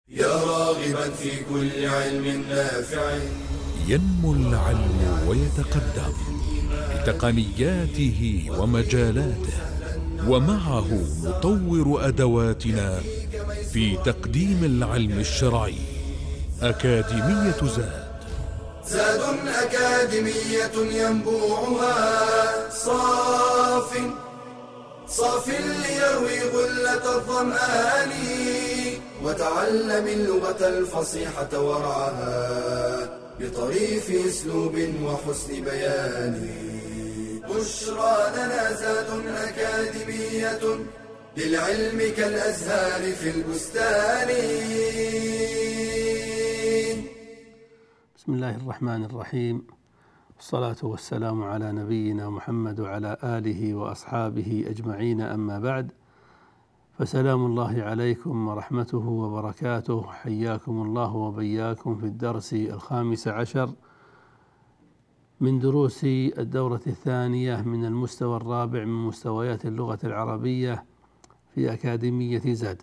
يا راغبا في كل علم نافع. ينمو العلم ويتقدم بتقنياته ومجالاته، ومعه نطور أدواتنا في تقديم العلم الشرعي. أكاديمية زاد. زاد أكاديمية ينبوعها صاف ليروي غلة الظمآن، وتعلم اللغة الفصيحة ورعاها بطريف اسلوب وحسن بيان. بشرى لنا زاد أكاديمية للعلم كالأزهار في البستان. بسم الله الرحمن الرحيم، والصلاة والسلام على نبينا محمد وعلى آله وأصحابه أجمعين، أما بعد، فسلام الله عليكم ورحمته وبركاته. حياكم الله وبياكم في الدرس 15 من دروس الدورة الثانية من المستوى الرابع من مستويات اللغة العربية في أكاديمية زاد،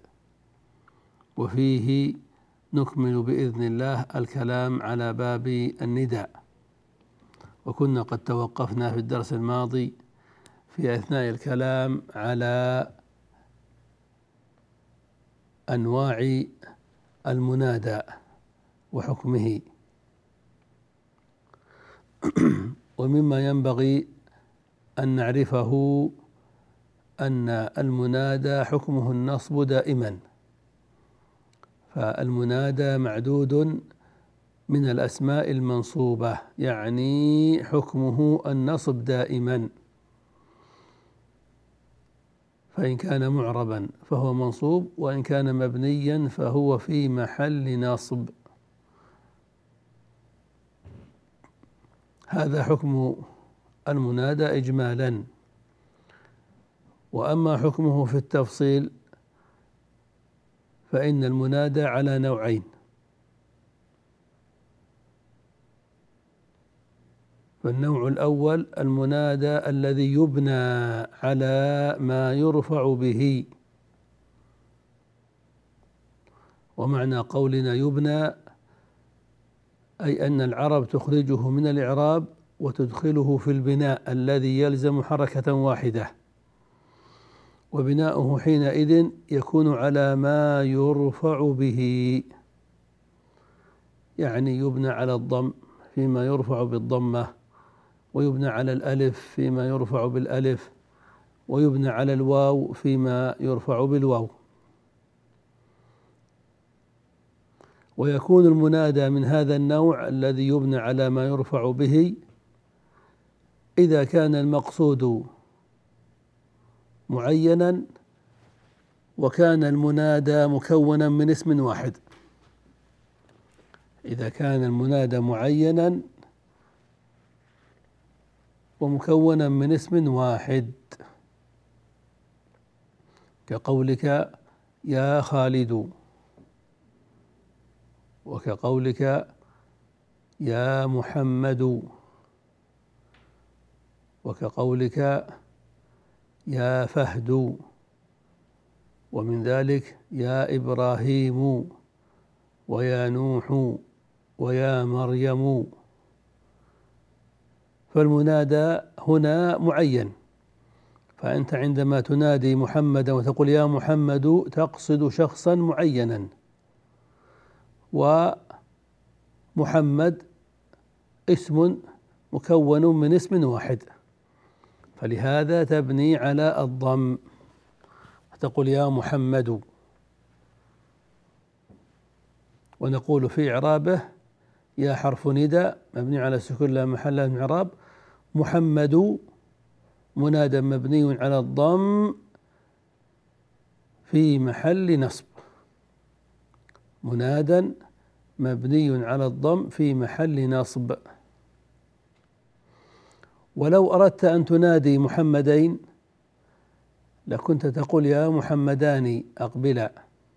وفيه نكمل بإذن الله الكلام على باب النداء. وكنا قد توقفنا في الدرس الماضي في أثناء الكلام على أنواع المنادى وحكمه. ومما ينبغي أن نعرفه أن المنادى حكمه النصب دائما، فالمنادى معدود من الأسماء المنصوبة، يعني حكمه النصب دائما، فإن كان معربا فهو منصوب، وإن كان مبنيا فهو في محل نصب. هذا حكم المنادى إجمالا. وأما حكمه في التفصيل فإن المنادى على نوعين: فالنوع الأول المنادى الذي يبنى على ما يرفع به. ومعنى قولنا يبنى أي أن العرب تخرجه من الإعراب وتدخله في البناء الذي يلزم حركة واحدة، وبناؤه حينئذ يكون على ما يرفع به، يعني يبنى على الضم فيما يرفع بالضمة، ويبنى على الألف فيما يرفع بالألف، ويبنى على الواو فيما يرفع بالواو. ويكون المنادى من هذا النوع الذي يبنى على ما يرفع به إذا كان المقصود معينا، وكان المنادى مكونا من اسم واحد. إذا كان المنادى معينا ومكونا من اسم واحد، كقولك يا خالد، وكقولك يا محمد، وكقولك يا فهد، ومن ذلك يا إبراهيم، ويا نوح، ويا مريم. فالمنادى هنا معين، فأنت عندما تنادي محمدا وتقول يا محمد تقصد شخصا معينا، ومحمد اسم مكون من اسم واحد، فلهذا تبني على الضم، تقول يا محمد. ونقول في إعرابه يا حرف نداء مبني على السكون لا محل له من إعراب، محمد منادى مبني على الضم في محل نصب، منادى مبني على الضم في محل نصب. ولو أردت أن تنادي محمدين لكنت تقول يا محمدان أقبلا،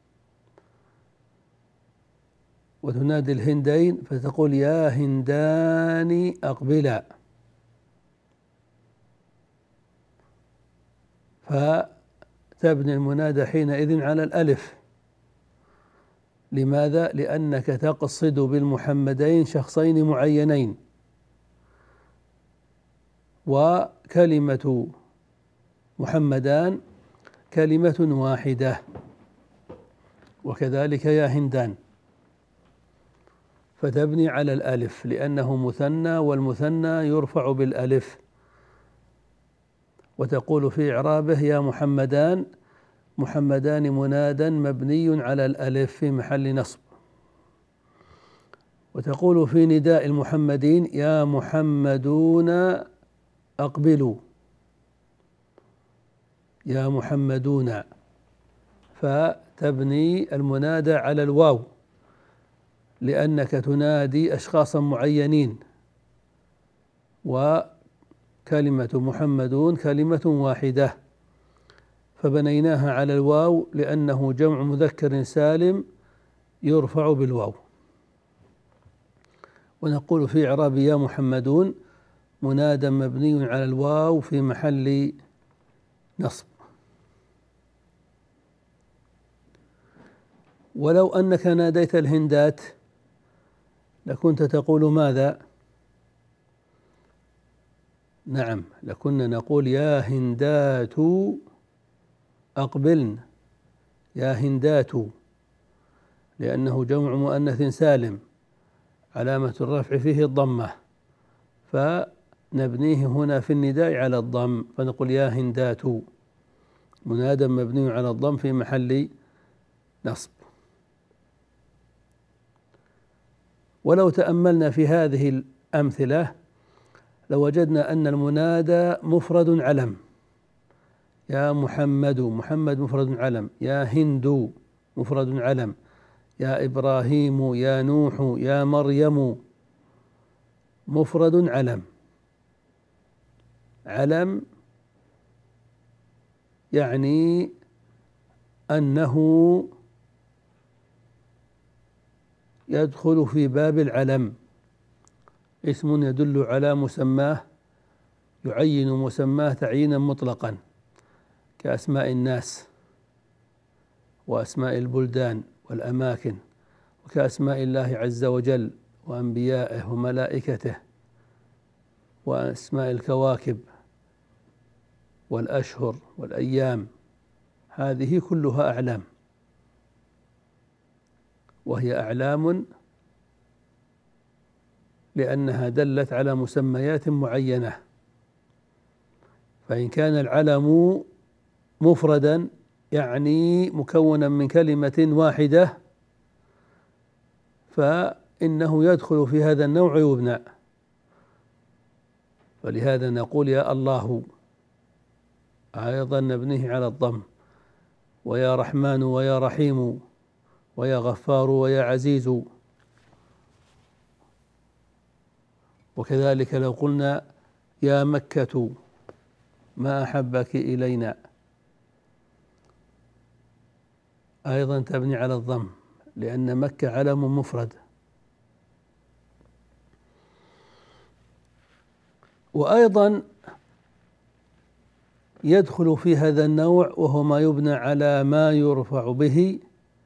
وتنادي الهندين فتقول يا هندان أقبلا، فتبني المنادى حينئذ على الألف. لماذا؟ لأنك تقصد بالمحمدين شخصين معينين، وكلمة محمدان كلمة واحدة، وكذلك يا هندان، فتبني على الألف لأنه مثنى، والمثنى يرفع بالألف، وتقول في إعرابه يا محمدان، محمدان منادى مبني على الألف في محل نصب. وتقول في نداء المحمدين يا محمدون أقبلوا، يا محمدون، فتبني المنادى على الواو لأنك تنادي أشخاصا معينين، وكلمة محمدون كلمة واحدة، فبنيناها على الواو لأنه جمع مذكر سالم يرفع بالواو. ونقول في إعراب يا محمدون منادى مبني على الواو في محل نصب. ولو أنك ناديت الهندات لكنت تقول ماذا؟ نعم، لكنا نقول يا هندات أقبلن، يا هندات، لأنه جمع مؤنث سالم علامة الرفع فيه الضمة، فنبنيه هنا في النداء على الضم، فنقول يا هندات منادى مبني على الضم في محل نصب. ولو تأملنا في هذه الأمثلة لوجدنا أن المنادى مفرد علم، يا محمد، محمد مفرد علم، يا هند مفرد علم، يا إبراهيم، يا نوح، يا مريم مفرد علم. علم يعني أنه يدخل في باب العلم، اسم يدل على مسماه، يعين مسماه تعيينا مطلقا كأسماء الناس وأسماء البلدان والأماكن، وكأسماء الله عز وجل وأنبيائه وملائكته، وأسماء الكواكب والأشهر والأيام، هذه كلها أعلام، وهي أعلام لأنها دلت على مسميات معينة. فإن كان العلم مفردا يعني مكونا من كلمة واحدة فإنه يدخل في هذا النوع ويبنى. فلهذا نقول يا الله أيضا نبنيه على الضم، ويا رحمن ويا رحيم ويا غفار ويا عزيز. وكذلك لو قلنا يا مكة ما أحبك إلينا أيضا تبني على الضم لأن مكة علم مفرد. وأيضا يدخل في هذا النوع وهو ما يبنى على ما يرفع به،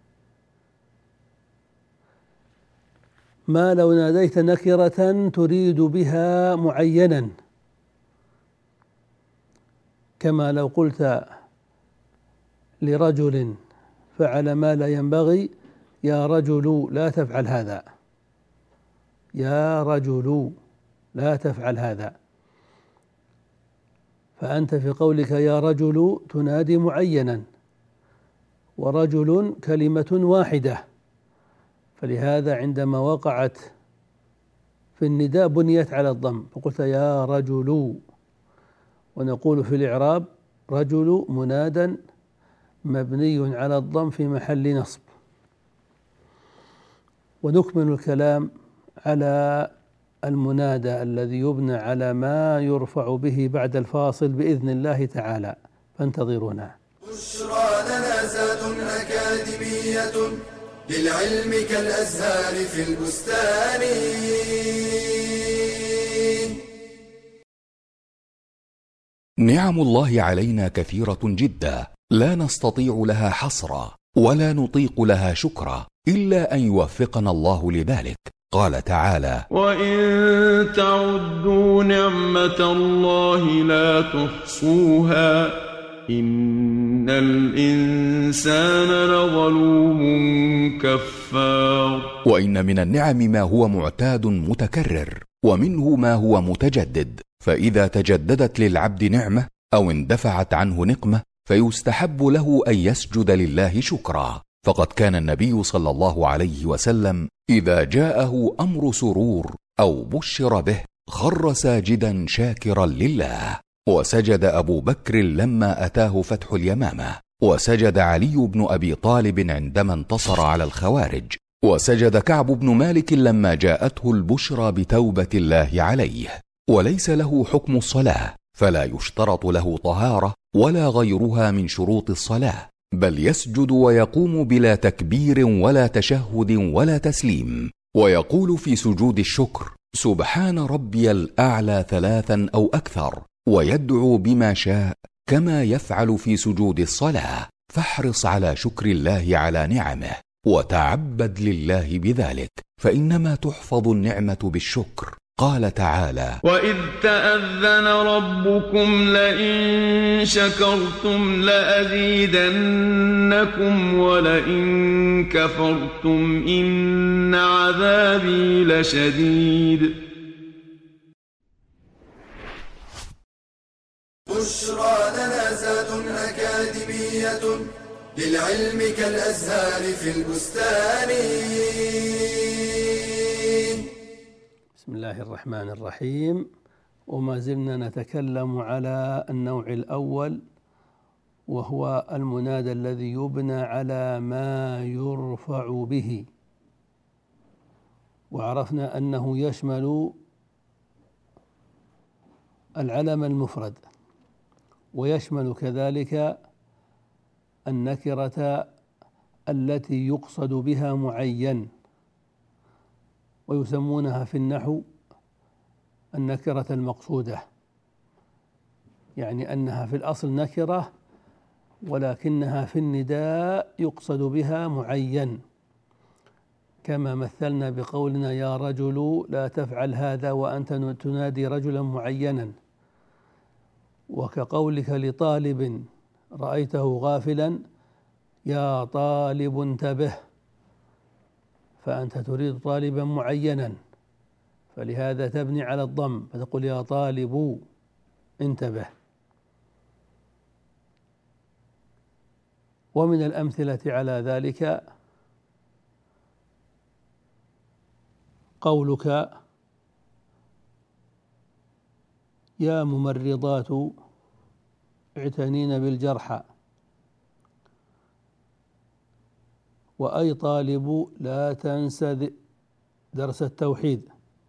ما لو ناديت نكرة تريد بها معينا، كما لو قلت لرجل فعل ما لا ينبغي يا رجل لا تفعل هذا، يا رجل لا تفعل هذا، فأنت في قولك يا رجل تنادي معينا، ورجل كلمة واحدة، فلهذا عندما وقعت في النداء بنيت على الضم، فقلت يا رجل. ونقول في الإعراب رجل منادى مبني على الضم في محل نصب. ونكمل الكلام على المنادى الذي يبنى على ما يرفع به بعد الفاصل بإذن الله تعالى، فانتظرونا. بشرى لنا زاد أكاديمية للعلم كالأزهار في البستان. نعم الله علينا كثيرة جدا لا نستطيع لها حصرا ولا نطيق لها شكرا، إلا أن يوفقنا الله لذلك. قال تعالى: وإن تعدوا نعمة الله لا تحصوها إن الإنسان لظلوم كفار. وإن من النعم ما هو معتاد متكرر، ومنه ما هو متجدد، فإذا تجددت للعبد نعمة أو اندفعت عنه نقمة فيستحب له أن يسجد لله شكرا. فقد كان النبي صلى الله عليه وسلم إذا جاءه أمر سرور أو بشر به خر ساجدا شاكرا لله. وسجد أبو بكر لما أتاه فتح اليمامة، وسجد علي بن أبي طالب عندما انتصر على الخوارج، وسجد كعب بن مالك لما جاءته البشرى بتوبة الله عليه. وليس له حكم الصلاة، فلا يشترط له طهارة ولا غيرها من شروط الصلاة، بل يسجد ويقوم بلا تكبير ولا تشهد ولا تسليم، ويقول في سجود الشكر: سبحان ربي الأعلى 3 أو أكثر، ويدعو بما شاء كما يفعل في سجود الصلاة. فاحرص على شكر الله على نعمه وتعبد لله بذلك، فإنما تحفظ النعمة بالشكر. قال تعالى: وإذ تأذن ربكم لئن شكرتم لأزيدنكم ولئن كفرتم إن عذابي لشديد. بشرى لنا زاد أكاديمية للعلم كالأزهار في البستان. بسم الله الرحمن الرحيم. وما زلنا نتكلم على النوع الأول، وهو المنادى الذي يبنى على ما يرفع به. وعرفنا أنه يشمل العلم المفرد، ويشمل كذلك النكرة التي يقصد بها معين، ويسمونها في النحو النكرة المقصودة، يعني أنها في الأصل نكرة ولكنها في النداء يقصد بها معين، كما مثلنا بقولنا: يا رجل لا تفعل هذا وأنت تنادي رجلا معينا. وكقولك لطالب رأيته غافلا: يا طالب انتبه، فأنت تريد طالبا معينا، فلهذا تبني على الضم فتقول: يا طالب انتبه. ومن الأمثلة على ذلك قولك: يا ممرضات اعتنين بالجرحى، وأي طالب لا تنسى درس التوحيد.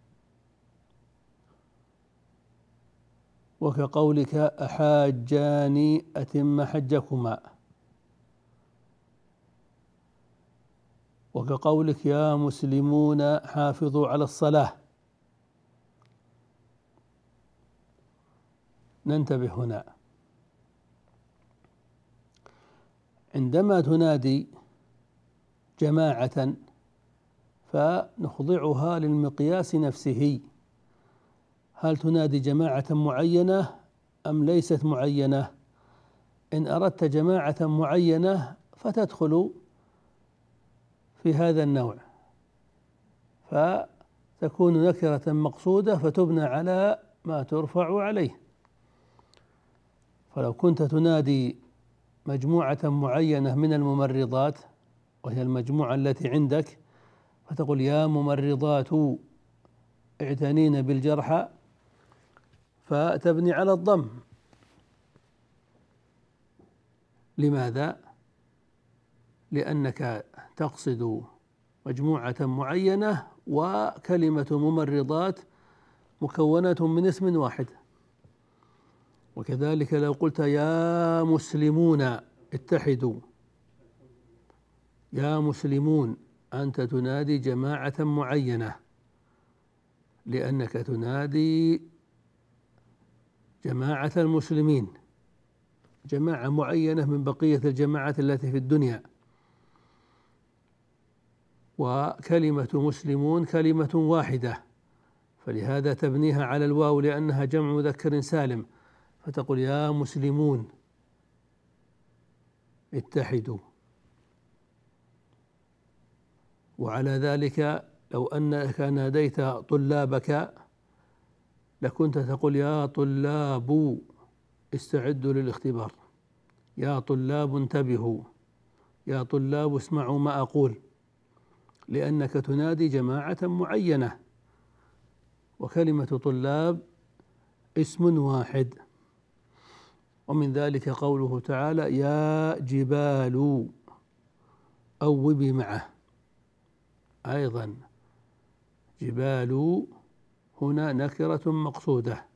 وكقولك: أحاجاني أتم حجكما. وكقولك: يا مسلمون حافظوا على الصلاة. ننتبه هنا، عندما تنادي جماعة فنخضعها للمقياس نفسه، هل تنادي جماعة معينة أم ليست معينة؟ إن أردت جماعة معينة فتدخل في هذا النوع، فتكون نكرة مقصودة فتبنى على ما ترفع عليه. فلو كنت تنادي مجموعة معينة من الممرضات، وهي المجموعة التي عندك، فتقول: يا ممرضات اعتنين بالجرحى، فتبني على الضم. لماذا؟ لأنك تقصد مجموعة معينة، وكلمة ممرضات مكونة من اسم واحد. وكذلك لو قلت: يا مسلمون اتحدوا، يا مسلمون، أنت تنادي جماعة معينة، لأنك تنادي جماعة المسلمين، جماعة معينة من بقية الجماعات التي في الدنيا. وكلمة مسلمون كلمة واحدة، فلهذا تبنيها على الواو لأنها جمع مذكر سالم، فتقول يا مسلمون اتحدوا. وعلى ذلك لو أنك ناديت طلابك لكنت تقول يا طلاب استعدوا للاختبار، يا طلاب انتبهوا، يا طلاب اسمعوا ما أقول، لأنك تنادي جماعة معينة، وكلمة طلاب اسم واحد. ومن ذلك قوله تعالى يا جبال أوبي معه، أيضا جبال هنا نكرة مقصودة.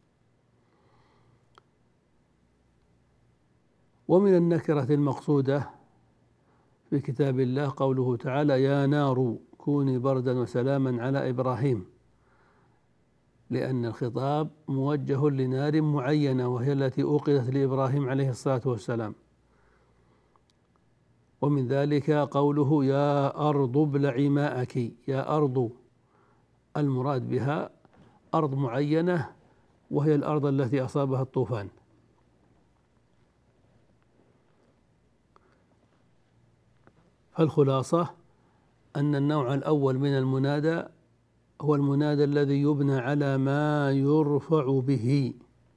ومن النكرة المقصودة في كتاب الله قوله تعالى يا نار كوني بردا وسلاما على إبراهيم، لأن الخطاب موجه لنار معينة وهي التي أوقدت لإبراهيم عليه الصلاة والسلام. ومن ذلك قوله يا أرض ابلعي ماءك، يا أرض المراد بها أرض معينة وهي الأرض التي أصابها الطوفان. فالخلاصة أن النوع الأول من المنادى هو المنادى الذي يبنى على ما يرفع به،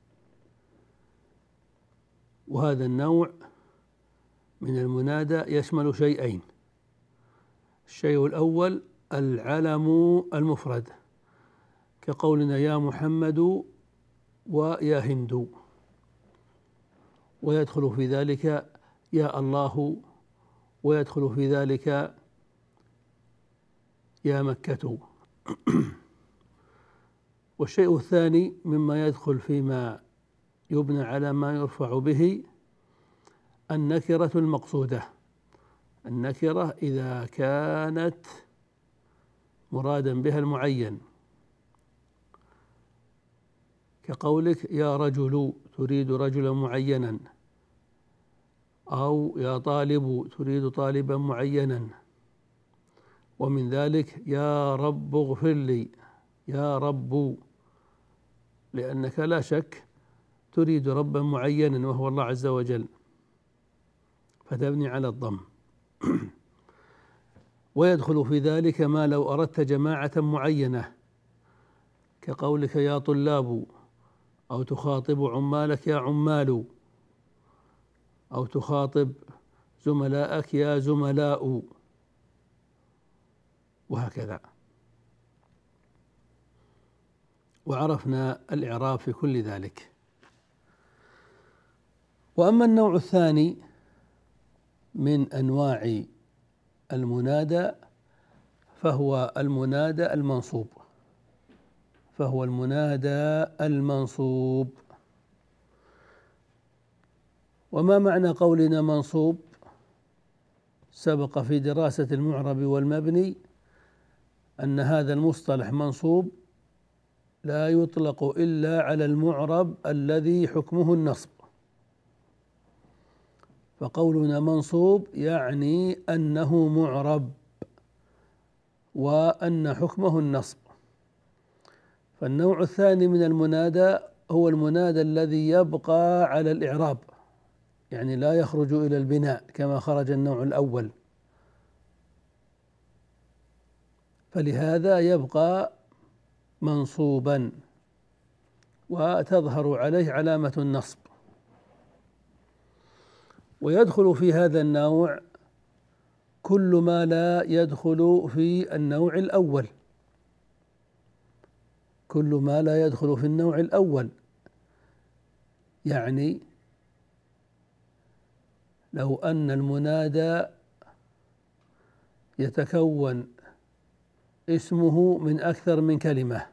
وهذا النوع من المنادى يشمل شيئين: الشيء الأول العلم المفرد كقولنا يا محمد ويا هند، ويدخل في ذلك يا الله، ويدخل في ذلك يا مكة. والشيء الثاني مما يدخل فيما يبنى على ما يرفع به النكرة المقصودة. النكرة إذا كانت مرادا بها المعين، كقولك يا رجل تريد رجلا معينا، أو يا طالب تريد طالبا معينا. ومن ذلك يا رب اغفر لي، يا رب، لأنك لا شك تريد ربا معينا وهو الله عز وجل، فتبني على الضم. ويدخل في ذلك ما لو أردت جماعة معينة كقولك يا طلاب، أو تخاطب عمالك يا عمال، أو تخاطب زملاءك يا زملاء، وهكذا. وعرفنا الإعراب في كل ذلك. وأما النوع الثاني من أنواع المنادى فهو المنادى المنصوب، فهو المنادى المنصوب. وما معنى قولنا منصوب؟ سبق في دراسة المعرب والمبني أن هذا المصطلح منصوب لا يطلق إلا على المعرب الذي حكمه النصب. فقولنا منصوب يعني أنه معرب وأن حكمه النصب. فالنوع الثاني من المنادى هو المنادى الذي يبقى على الإعراب، يعني لا يخرج إلى البناء كما خرج النوع الأول، فلهذا يبقى منصوبا وتظهر عليه علامة النصب. ويدخل في هذا النوع كل ما لا يدخل في النوع الأول، كل ما لا يدخل في النوع الأول. يعني لو أن المنادى يتكون اسمه من أكثر من كلمة،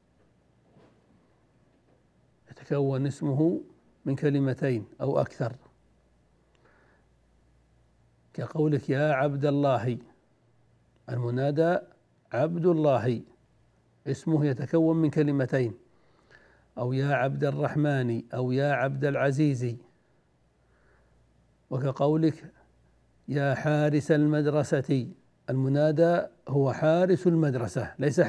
يتكون اسمه من كلمتين أو أكثر، كقولك يا عبد الله، المنادى عبد الله اسمه يتكون من كلمتين، أو يا عبد الرحمن، أو يا عبد العزيز. وكقولك يا حارس المدرسة، المنادى هو حارس المدرسة، ليس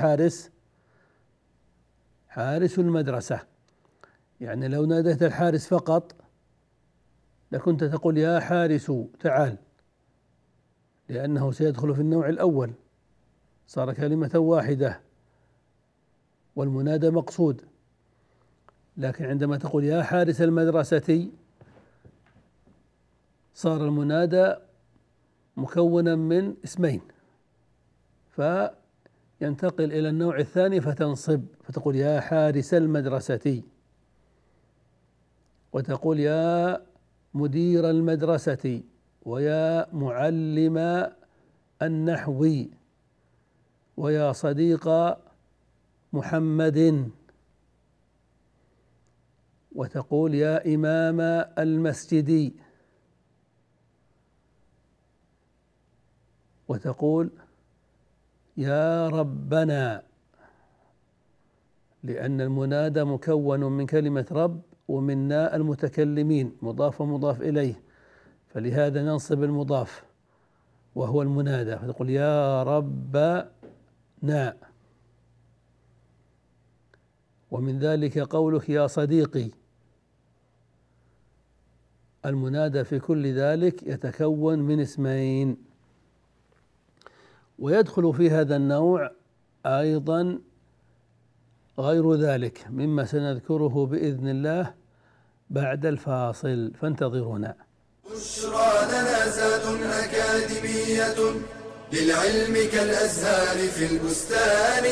حارس المدرسة. يعني لو ناديت الحارس فقط لكنت تقول يا حارس تعال، لأنه سيدخل في النوع الأول، صار كلمة واحدة والمنادى مقصود. لكن عندما تقول يا حارس المدرسة صار المنادى مكونا من اسمين، فينتقل إلى النوع الثاني فتنصب، فتقول يا حارس المدرسة، وتقول يا مدير المدرسة، ويا معلم النحو، ويا صديق محمد، وتقول يا إمام المسجد، وتقول يا ربنا، لأن المنادى مكون من كلمة رب ومن ناء المتكلمين مضاف ومضاف إليه، فلهذا ننصب المضاف وهو المنادى، فتقول يا ربنا. ومن ذلك قولك يا صديقي. المنادى في كل ذلك يتكون من اسمين. ويدخل في هذا النوع أيضا غير ذلك مما سنذكره بإذن الله بعد الفاصل، فانتظرونا. بشرى لنا زاد أكاديمية للعلم كالأزهار في البستان.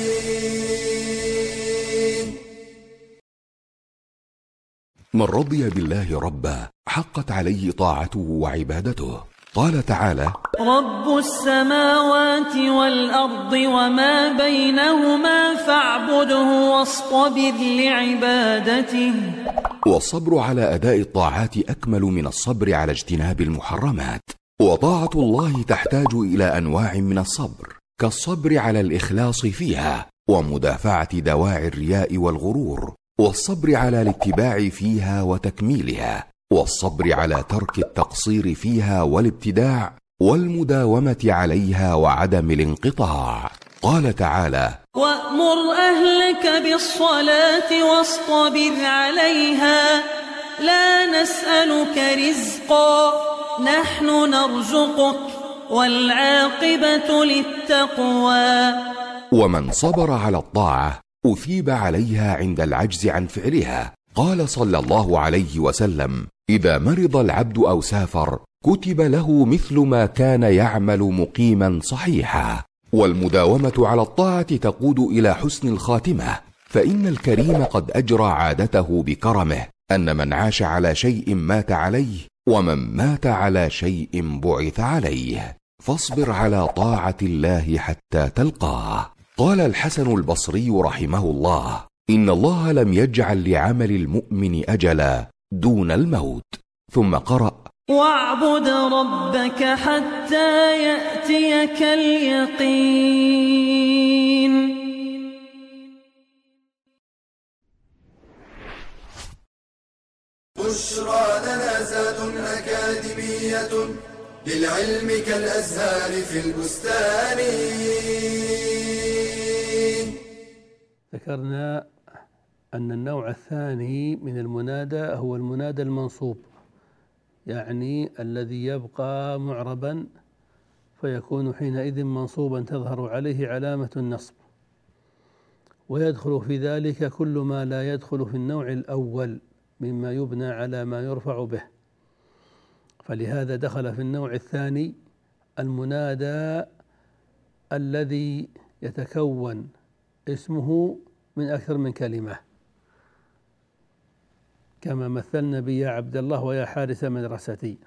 من رضي بالله ربا حقت عليه طاعته وعبادته. قال تعالى: رب السماوات والأرض وما بينهما فاعبده واصطبر لعبادته. والصبر على أداء الطاعات أكمل من الصبر على اجتناب المحرمات. وطاعة الله تحتاج إلى أنواع من الصبر، كالصبر على الإخلاص فيها ومدافعة دواعي الرياء والغرور، والصبر على الاتباع فيها وتكميلها، والصبر على ترك التقصير فيها والابتداع، والمداومة عليها وعدم الانقطاع. قال تعالى: وأمر أهلك بالصلاة واصطبر عليها لا نسألك رزقا نحن نرزقك والعاقبة للتقوى. ومن صبر على الطاعة أثيب عليها عند العجز عن فعلها. قال صلى الله عليه وسلم: إذا مرض العبد أو سافر كتب له مثل ما كان يعمل مقيما صحيحا. والمداومة على الطاعة تقود إلى حسن الخاتمة، فإن الكريم قد أجرى عادته بكرمه أن من عاش على شيء مات عليه، ومن مات على شيء بعث عليه. فاصبر على طاعة الله حتى تلقاه. قال الحسن البصري رحمه الله: إن الله لم يجعل لعمل المؤمن أجلا دون الموت. ثم قرأ: واعبد ربك حتى يأتيك اليقين. بشرى لنا زاد أكاديمية للعلم كالأزهار في البستان. ذكرنا أن النوع الثاني من المنادى هو المنادى المنصوب، يعني الذي يبقى معربا فيكون حينئذ منصوبا تظهر عليه علامة النصب. ويدخل في ذلك كل ما لا يدخل في النوع الأول مما يبنى على ما يرفع به. فلهذا دخل في النوع الثاني المنادى الذي يتكون اسمه من أكثر من كلمة، كما مثلنا بيا عبد الله ويا حارس مدرستي.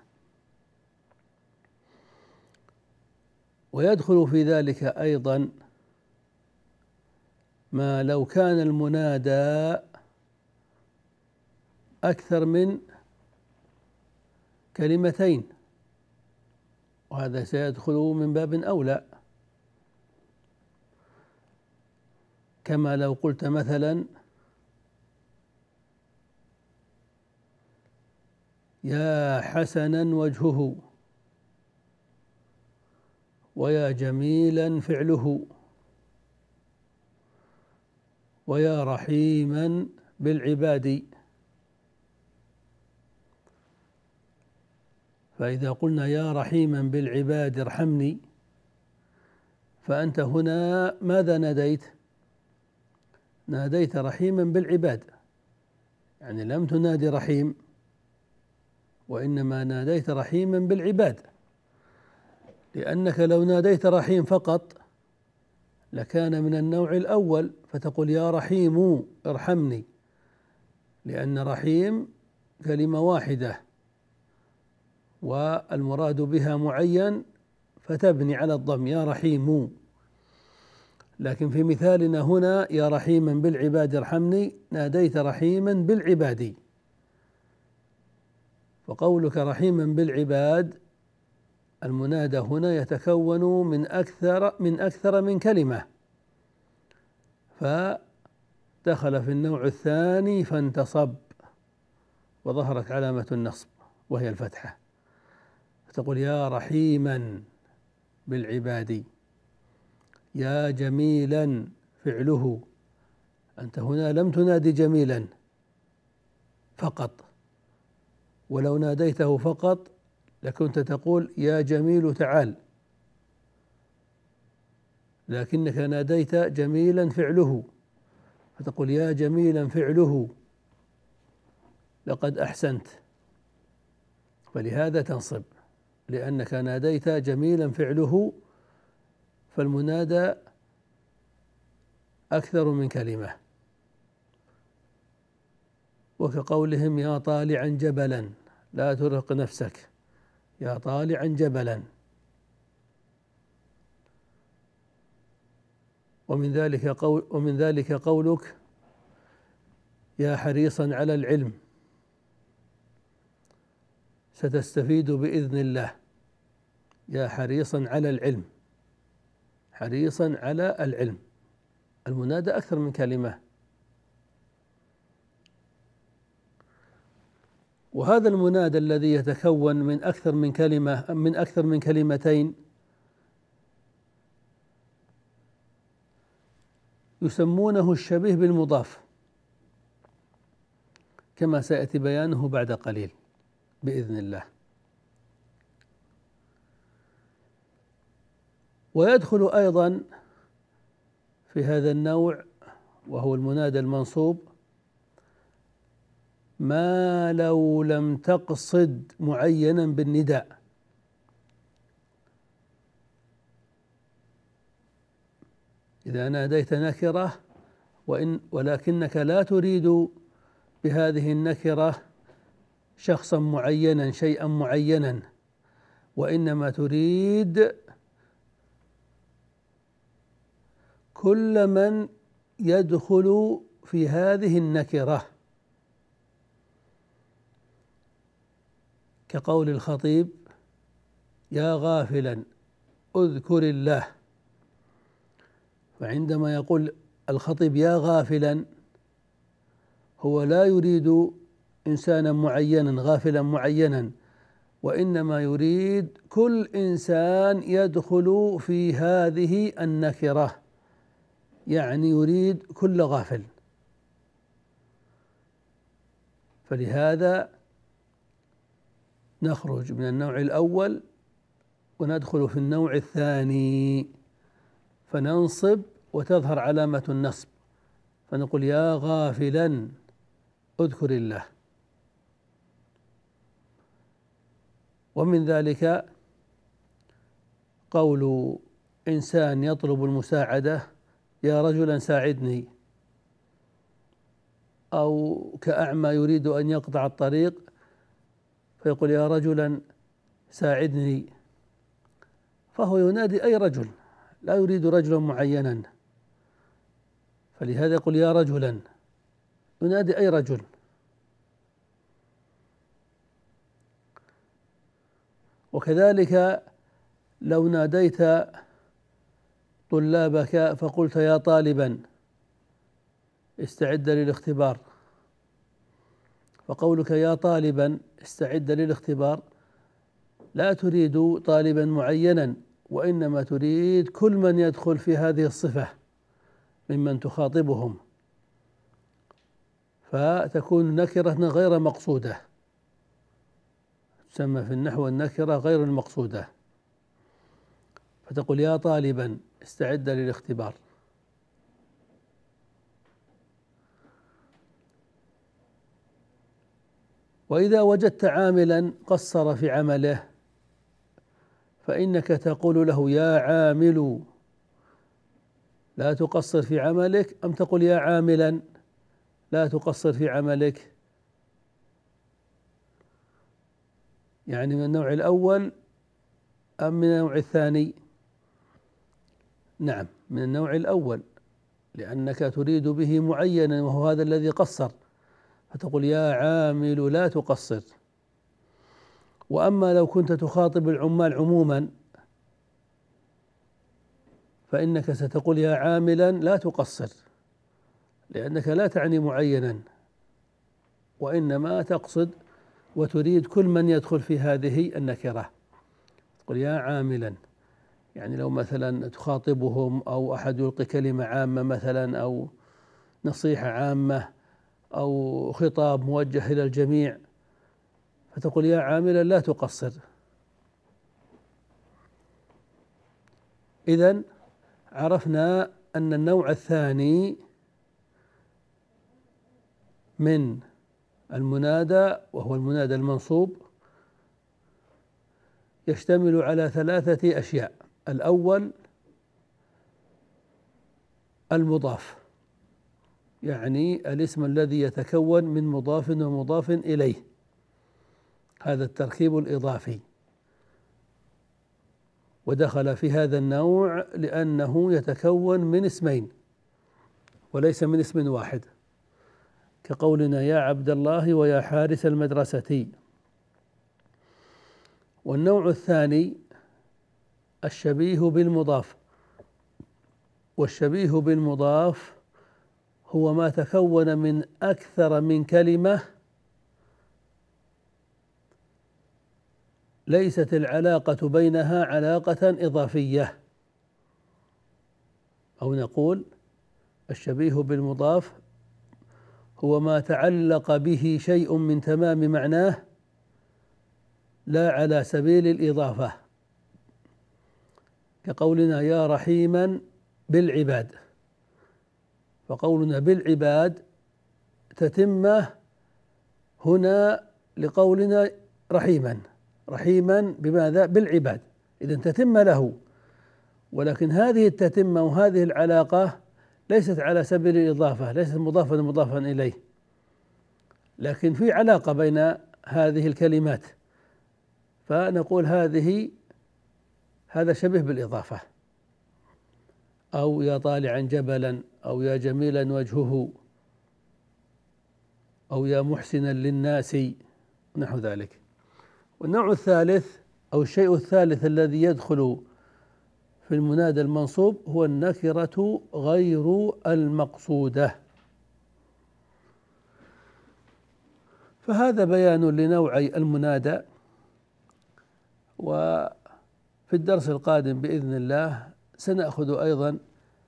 ويدخل في ذلك أيضا ما لو كان المنادى أكثر من كلمتين، وهذا سيدخل من باب أولى، كما لو قلت مثلا يا حسنا وجهه، ويا جميلا فعله، ويا رحيما بالعباد. فإذا قلنا يا رحيما بالعباد ارحمني، فأنت هنا ماذا ناديت؟ ناديت رحيما بالعباد، يعني لم تنادي رحيم، وإنما ناديت رحيما بالعباد، لأنك لو ناديت رحيم فقط لكان من النوع الأول، فتقول يا رحيم ارحمني، لأن رحيم كلمة واحدة والمراد بها معين فتبني على الضم يا رحيم. لكن في مثالنا هنا يا رحيما بالعباد ارحمني، ناديت رحيما بالعباد، فقولك رحيما بالعباد المنادى هنا يتكون من أكثر من كلمة، فدخل في النوع الثاني فانتصب وظهرت علامة النصب وهي الفتحة، فتقول يا رحيما بالعباد، يا جميلا فعله. أنت هنا لم تنادي جميلا فقط، ولو ناديته فقط لكنت تقول يا جميل تعال، لكنك ناديت جميلا فعله، فتقول يا جميلا فعله لقد أحسنت، فلهذا تنصب، لأنك ناديت جميلا فعله، فالمنادى أكثر من كلمة. وكقولهم يا طالعا جبلا لا ترهق نفسك، يا طالعا جبلا. ومن ذلك قولك يا حريصا على العلم ستستفيد بإذن الله، يا حريصا على العلم، حريصا على العلم، المنادى أكثر من كلمة. وهذا المنادى الذي يتكون من أكثر من كلمة، من أكثر من كلمتين، يسمونه الشبيه بالمضاف، كما سيأتي بيانه بعد قليل بإذن الله. ويدخل أيضا في هذا النوع وهو المنادى المنصوب ما لو لم تقصد معينا بالنداء، إذا ناديت نكرة ولكنك لا تريد بهذه النكرة شخصا معينا شيئا معينا، وإنما تريد كل من يدخل في هذه النكرة، كقول الخطيب يا غافلا اذكر الله، فعندما يقول الخطيب يا غافلا هو لا يريد إنسانا معينا غافلا معينا، وإنما يريد كل إنسان يدخل في هذه النكرة، يعني يريد كل غافل. فلهذا نخرج من النوع الأول وندخل في النوع الثاني، فننصب وتظهر علامة النصب، فنقول يا غافلا اذكر الله. ومن ذلك قول إنسان يطلب المساعدة يا رجلا ساعدني، أو كأعمى يريد أن يقطع الطريق فيقول يا رجلا ساعدني، فهو ينادي أي رجل لا يريد رجلا معينا، فلهذا يقول يا رجلا، ينادي أي رجل. وكذلك لو ناديت طلابك فقلت يا طالبا استعد للاختبار، فقولك يا طالبا استعد للاختبار لا تريد طالبا معينا، وإنما تريد كل من يدخل في هذه الصفة ممن تخاطبهم، فتكون نكرة غير مقصودة، تسمى في النحو النكرة غير المقصودة. فتقول: يا طالبا استعد للاختبار. وإذا وجدت عاملا قصر في عمله فإنك تقول له: يا عامل لا تقصر في عملك، أم تقول: يا عاملا لا تقصر في عملك؟ يعني من النوع الأول أم من النوع الثاني؟ نعم، من النوع الأول، لأنك تريد به معينا وهو هذا الذي قصر، فتقول: يا عامل لا تقصر. وأما لو كنت تخاطب العمال عموما فإنك ستقول: يا عاملا لا تقصر، لأنك لا تعني معينا، وإنما تقصد وتريد كل من يدخل في هذه النكرة. تقول: يا عاملا، يعني لو مثلا تخاطبهم أو أحد يلقي كلمة عامة مثلا أو نصيحة عامة أو خطاب موجه إلى الجميع، فتقول: يا عاملا لا تقصر. إذن عرفنا أن النوع الثاني من المنادى وهو المنادى المنصوب يشتمل على 3 أشياء. الأول المضاف، يعني الاسم الذي يتكون من مضاف ومضاف إليه، هذا التركيب الإضافي، ودخل في هذا النوع لأنه يتكون من اسمين وليس من اسم واحد، كقولنا: يا عبد الله ويا حارس المدرسة. والنوع الثاني الشبيه بالمضاف، والشبيه بالمضاف هو ما تكون من أكثر من كلمة ليست العلاقة بينها علاقة إضافية، أو نقول الشبيه بالمضاف هو ما تعلق به شيء من تمام معناه لا على سبيل الإضافة، كقولنا: يا رحيما بالعباد، فقولنا بالعباد تتمة هنا لقولنا رحيما، رحيما بماذا؟ بالعباد، إذن تتم له، ولكن هذه التتمة وهذه العلاقة ليست على سبيل الإضافة، ليست مضافا إليه، لكن في علاقة بين هذه الكلمات، فنقول هذا شبه بالإضافة. أو يا طالعا جبلا، أو يا جميلا وجهه، أو يا محسنا للناس، نحو ذلك. والنوع الثالث أو الشيء الثالث الذي يدخل في المنادى المنصوب هو النكرة غير المقصودة. فهذا بيان لنوعي المنادى، وفي الدرس القادم بإذن الله سنأخذ أيضا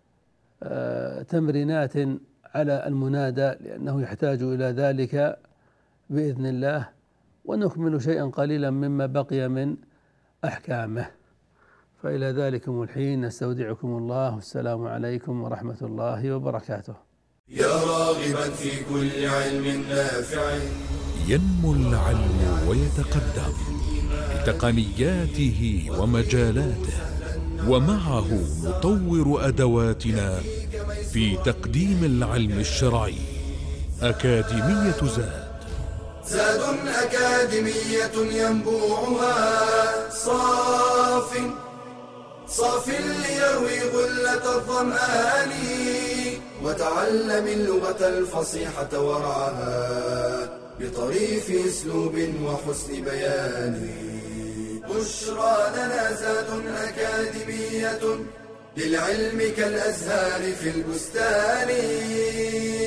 تمرينات على المنادى، لأنه يحتاج إلى ذلك بإذن الله، ونكمل شيئا قليلا مما بقي من أحكامه. فإلى ذلكم الحين نستودعكم الله، والسلام عليكم ورحمة الله وبركاته. يا راغبا في كل علم نافع، ينمو العلم ويتقدم بتقنياته ومجالاته، ومعه نطور أدواتنا في تقديم العلم الشرعي. أكاديمية زاد أكاديمية ينبوعها صاف ليروي غلة الظمآن، وتعلم اللغة الفصيحة ورعاها بطريف اسلوب وحسن بيان. بشرى لنا زاد أكاديمية للعلم كالأزهار في البستان.